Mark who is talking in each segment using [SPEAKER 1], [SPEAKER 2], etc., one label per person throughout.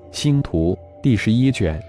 [SPEAKER 1] 星图第11卷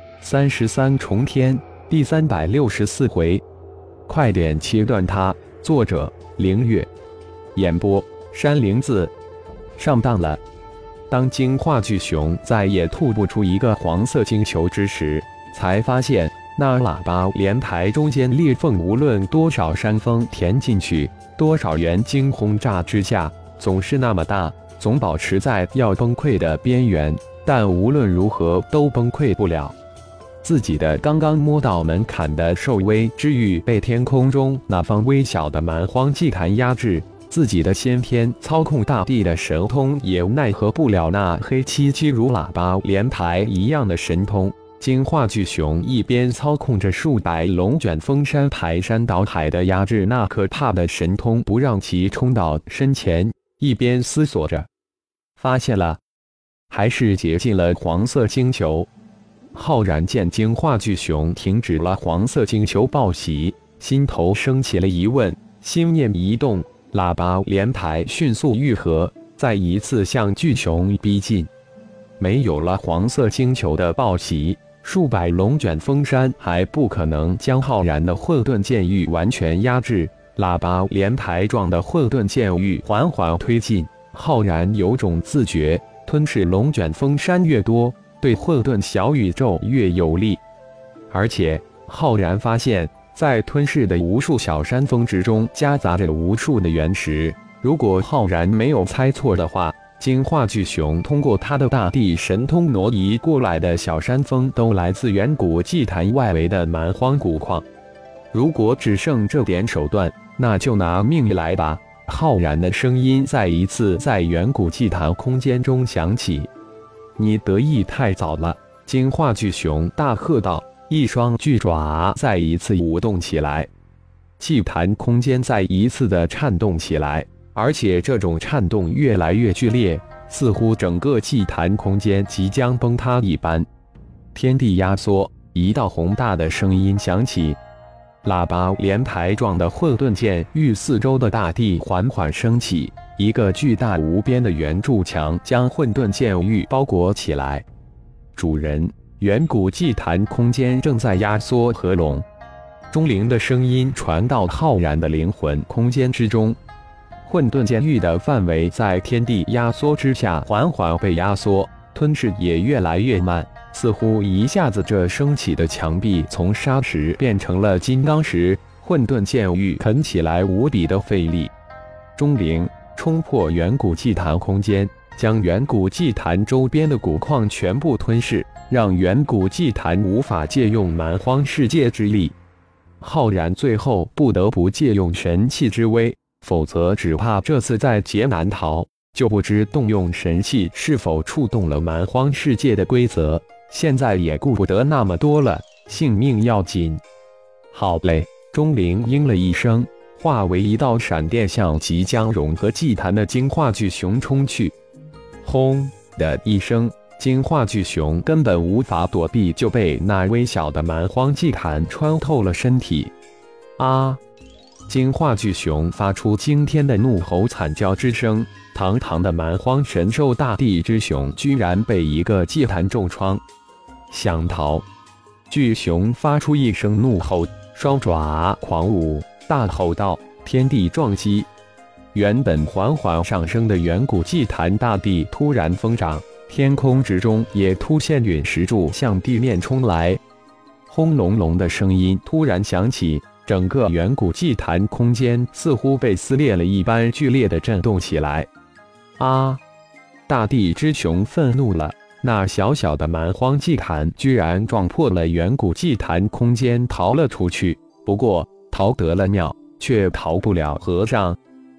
[SPEAKER 1] 33重天第364回。快点切断它！作者：凌月，演播：山灵子。上当了。当金化巨熊再也吐不出一个黄色晶球之时，才发现那喇叭莲台中间裂缝，无论多少山峰填进去，多少元晶轰炸之下，总是那么大，总保持在要崩溃的边缘，但无论如何都崩溃不了。自己的刚刚摸到门槛的兽威之域被天空中那方微小的蛮荒祭坛压制，自己的先天操控大地的神通也奈何不了那黑漆漆如喇叭莲台一样的神通。金化巨熊一边操控着数百龙卷风山排山倒海的压制那可怕的神通，不让其冲到身前，一边思索着：发现了，还是接近了黄色星球。浩然见金化巨熊停止了黄色星球暴袭，心头升起了疑问，心念一动，喇叭莲台迅速愈合，再一次向巨熊逼近。没有了黄色星球的暴袭，数百龙卷风山还不可能将浩然的混沌剑域完全压制。喇叭莲台状的混沌剑域缓缓推进，浩然有种自觉，吞噬龙卷风山越多，对混沌小宇宙越有利。而且浩然发现，在吞噬的无数小山峰之中夹杂着无数的原石。如果浩然没有猜错的话，金化巨熊通过他的大地神通挪移过来的小山峰都来自远古祭坛外围的蛮荒古矿。如果只剩这点手段，那就拿命来吧！浩然的声音再一次在远古祭坛空间中响起。你得意太早了！金化巨熊大喝道，一双巨爪再一次舞动起来，祭坛空间再一次的颤动起来，而且这种颤动越来越剧烈，似乎整个祭坛空间即将崩塌一般。天地压缩，一道宏大的声音响起。喇叭莲台状的混沌剑域四周的大地缓缓升起，一个巨大无边的圆柱墙将混沌剑域包裹起来。主人，远古祭坛空间正在压缩合拢。钟灵的声音传到浩然的灵魂空间之中。混沌剑域的范围在天地压缩之下缓缓被压缩，吞噬也越来越慢，似乎一下子这升起的墙壁从砂石变成了金刚石，混沌剑域啃起来无比的费力。钟灵冲破远古祭坛空间，将远古祭坛周边的古矿全部吞噬，让远古祭坛无法借用蛮荒世界之力。浩然最后不得不借用神器之威，否则只怕这次在劫难逃，就不知动用神器是否触动了蛮荒世界的规则。现在也顾不得那么多了，性命要紧。好嘞！钟灵应了一声，化为一道闪电，向即将融合祭坛的金化巨熊冲去。轰的一声，金化巨熊根本无法躲避，就被那微小的蛮荒祭坛穿透了身体。啊！金化巨熊发出惊天的怒吼惨叫之声，堂堂的蛮荒神兽大地之熊居然被一个祭坛重创。想逃！巨熊发出一声怒吼，双爪狂舞，大吼道：天地撞击！原本缓缓上升的远古祭坛大地突然疯长，天空之中也突现陨石柱向地面冲来。轰隆隆的声音突然响起，整个远古祭坛空间似乎被撕裂了一般，剧烈的震动起来。啊！大地之熊愤怒了，那小小的蛮荒祭坛居然撞破了远古祭坛空间，逃了出去。不过逃得了庙，却逃不了和尚。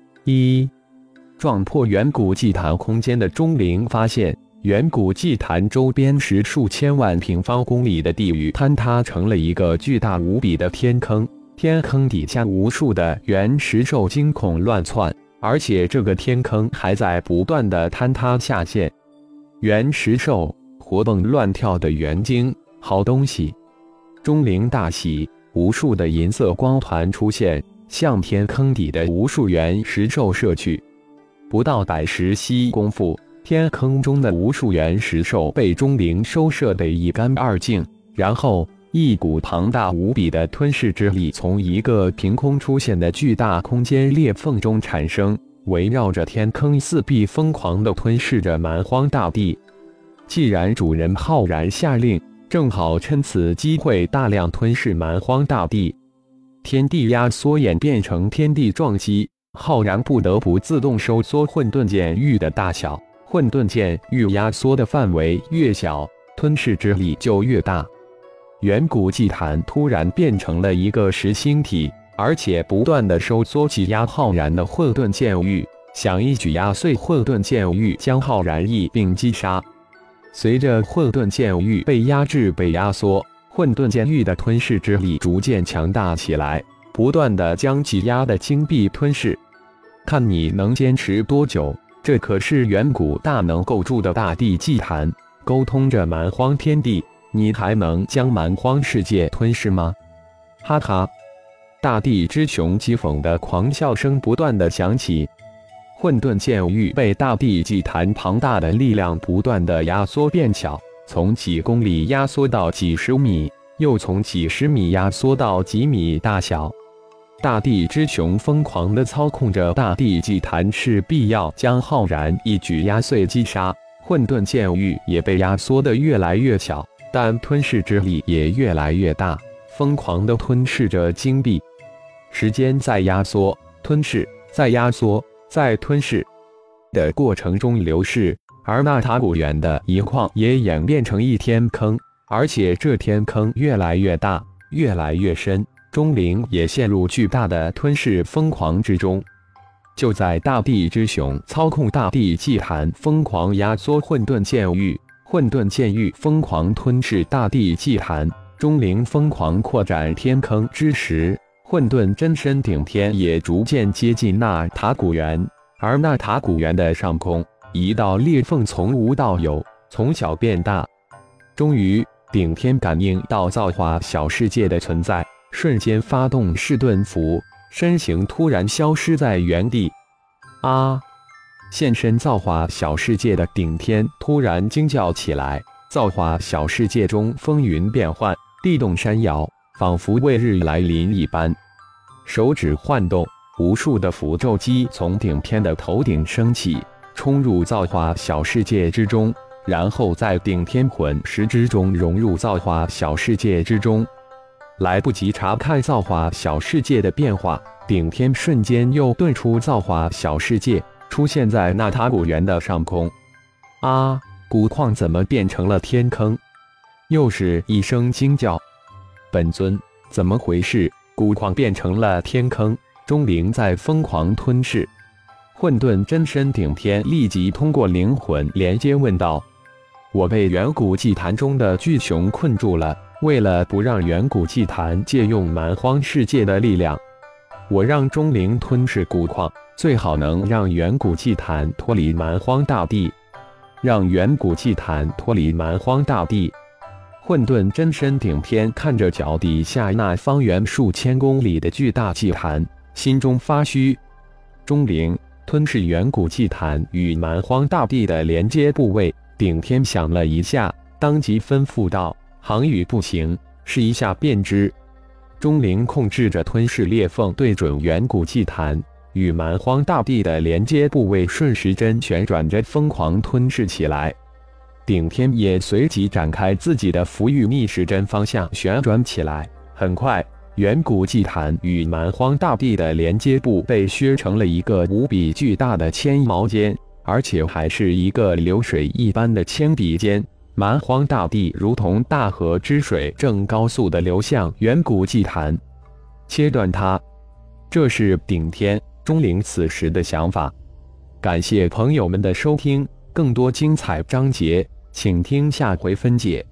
[SPEAKER 1] 撞破远古祭坛空间的钟灵发现，远古祭坛周边十数千万平方公里的地域坍塌成了一个巨大无比的天坑，天坑底下无数的原石兽惊恐乱窜，而且这个天坑还在不断的坍塌下陷。原石兽活蹦乱跳的元精，好东西！钟灵大喜，无数的银色光团出现，向天坑底的无数原石兽射去。不到100时息功夫， 天坑中的无数原石兽被钟灵收摄得一干二净，然后一股庞大无比的吞噬之力从一个凭空出现的巨大空间裂缝中产生，围绕着天坑四壁疯狂地吞噬着蛮荒大地。既然主人浩然下令，正好趁此机会大量吞噬蛮荒大地。天地压缩演变成天地撞击，浩然不得不自动收缩混沌剑域的大小。混沌剑域压缩的范围越小，吞噬之力就越大。远古祭坛突然变成了一个实心体，而且不断的收缩挤压浩然的混沌剑域，想一举压碎混沌剑域，将浩然一并击杀。随着混沌剑域被压制、被压缩，混沌剑域的吞噬之力逐渐强大起来，不断的将挤压的金币吞噬。看你能坚持多久！这可是远古大能构筑的大地祭坛，沟通着蛮荒天地，你还能将蛮荒世界吞噬吗？哈哈！大地之雄讥讽的狂笑声不断的响起。混沌剑域被大地祭坛庞大的力量不断的压缩变小，从几公里压缩到几十米，又从几十米压缩到几米大小。大地之雄疯狂地操控着大地祭坛，势必要将浩然一举压碎击杀。混沌剑域也被压缩得越来越小，但吞噬之力也越来越大，疯狂地吞噬着金币。时间在压缩、吞噬、再压缩、再吞噬的过程中流逝，而那塔古原的一矿也演变成一天坑，而且这天坑越来越大，越来越深。钟灵也陷入巨大的吞噬疯狂之中。就在大地之雄操控大地祭坛疯狂压缩混沌剑域，混沌剑域疯狂吞噬大地祭坛，钟灵疯狂扩展天坑之时，混沌真身顶天也逐渐接近那塔古原。而那塔古原的上空，一道裂缝从无到有，从小变大。终于，顶天感应到造化小世界的存在，瞬间发动噬遁符，身形突然消失在原地。啊！现身造化小世界的顶天突然惊叫起来。造化小世界中风云变幻，地动山摇，仿佛为日来临一般。手指晃动，无数的符咒机从顶天的头顶升起，冲入造化小世界之中，然后在顶天魂石之中融入造化小世界之中。来不及查看造化小世界的变化，顶天瞬间又遁出造化小世界，出现在那塔古原的上空。啊！古矿怎么变成了天坑？又是一声惊叫。本尊，怎么回事？古矿变成了天坑，钟灵在疯狂吞噬。混沌真身顶天立即通过灵魂连接问道：我被远古祭坛中的巨熊困住了，为了不让远古祭坛借用蛮荒世界的力量，我让钟灵吞噬古矿，最好能让远古祭坛脱离蛮荒大地。让远古祭坛脱离蛮荒大地。混沌真身顶天看着脚底下那方圆数千公里的巨大祭坛，心中发虚。钟灵吞噬远古祭坛与蛮荒大地的连接部位。顶天想了一下，当即吩咐道：航宇不行，试一下便知。钟灵控制着吞噬裂缝，对准远古祭坛与蛮荒大地的连接部位顺时针旋转着疯狂吞噬起来。顶天也随即展开自己的符域，逆时针方向旋转起来。很快，远古祭坛与蛮荒大地的连接部被削成了一个无比巨大的铅毛尖，而且还是一个流水一般的铅笔尖。蛮荒大地如同大河之水，正高速地流向远古祭坛，切断它。这是顶天钟灵此时的想法。感谢朋友们的收听，更多精彩章节，请听下回分解。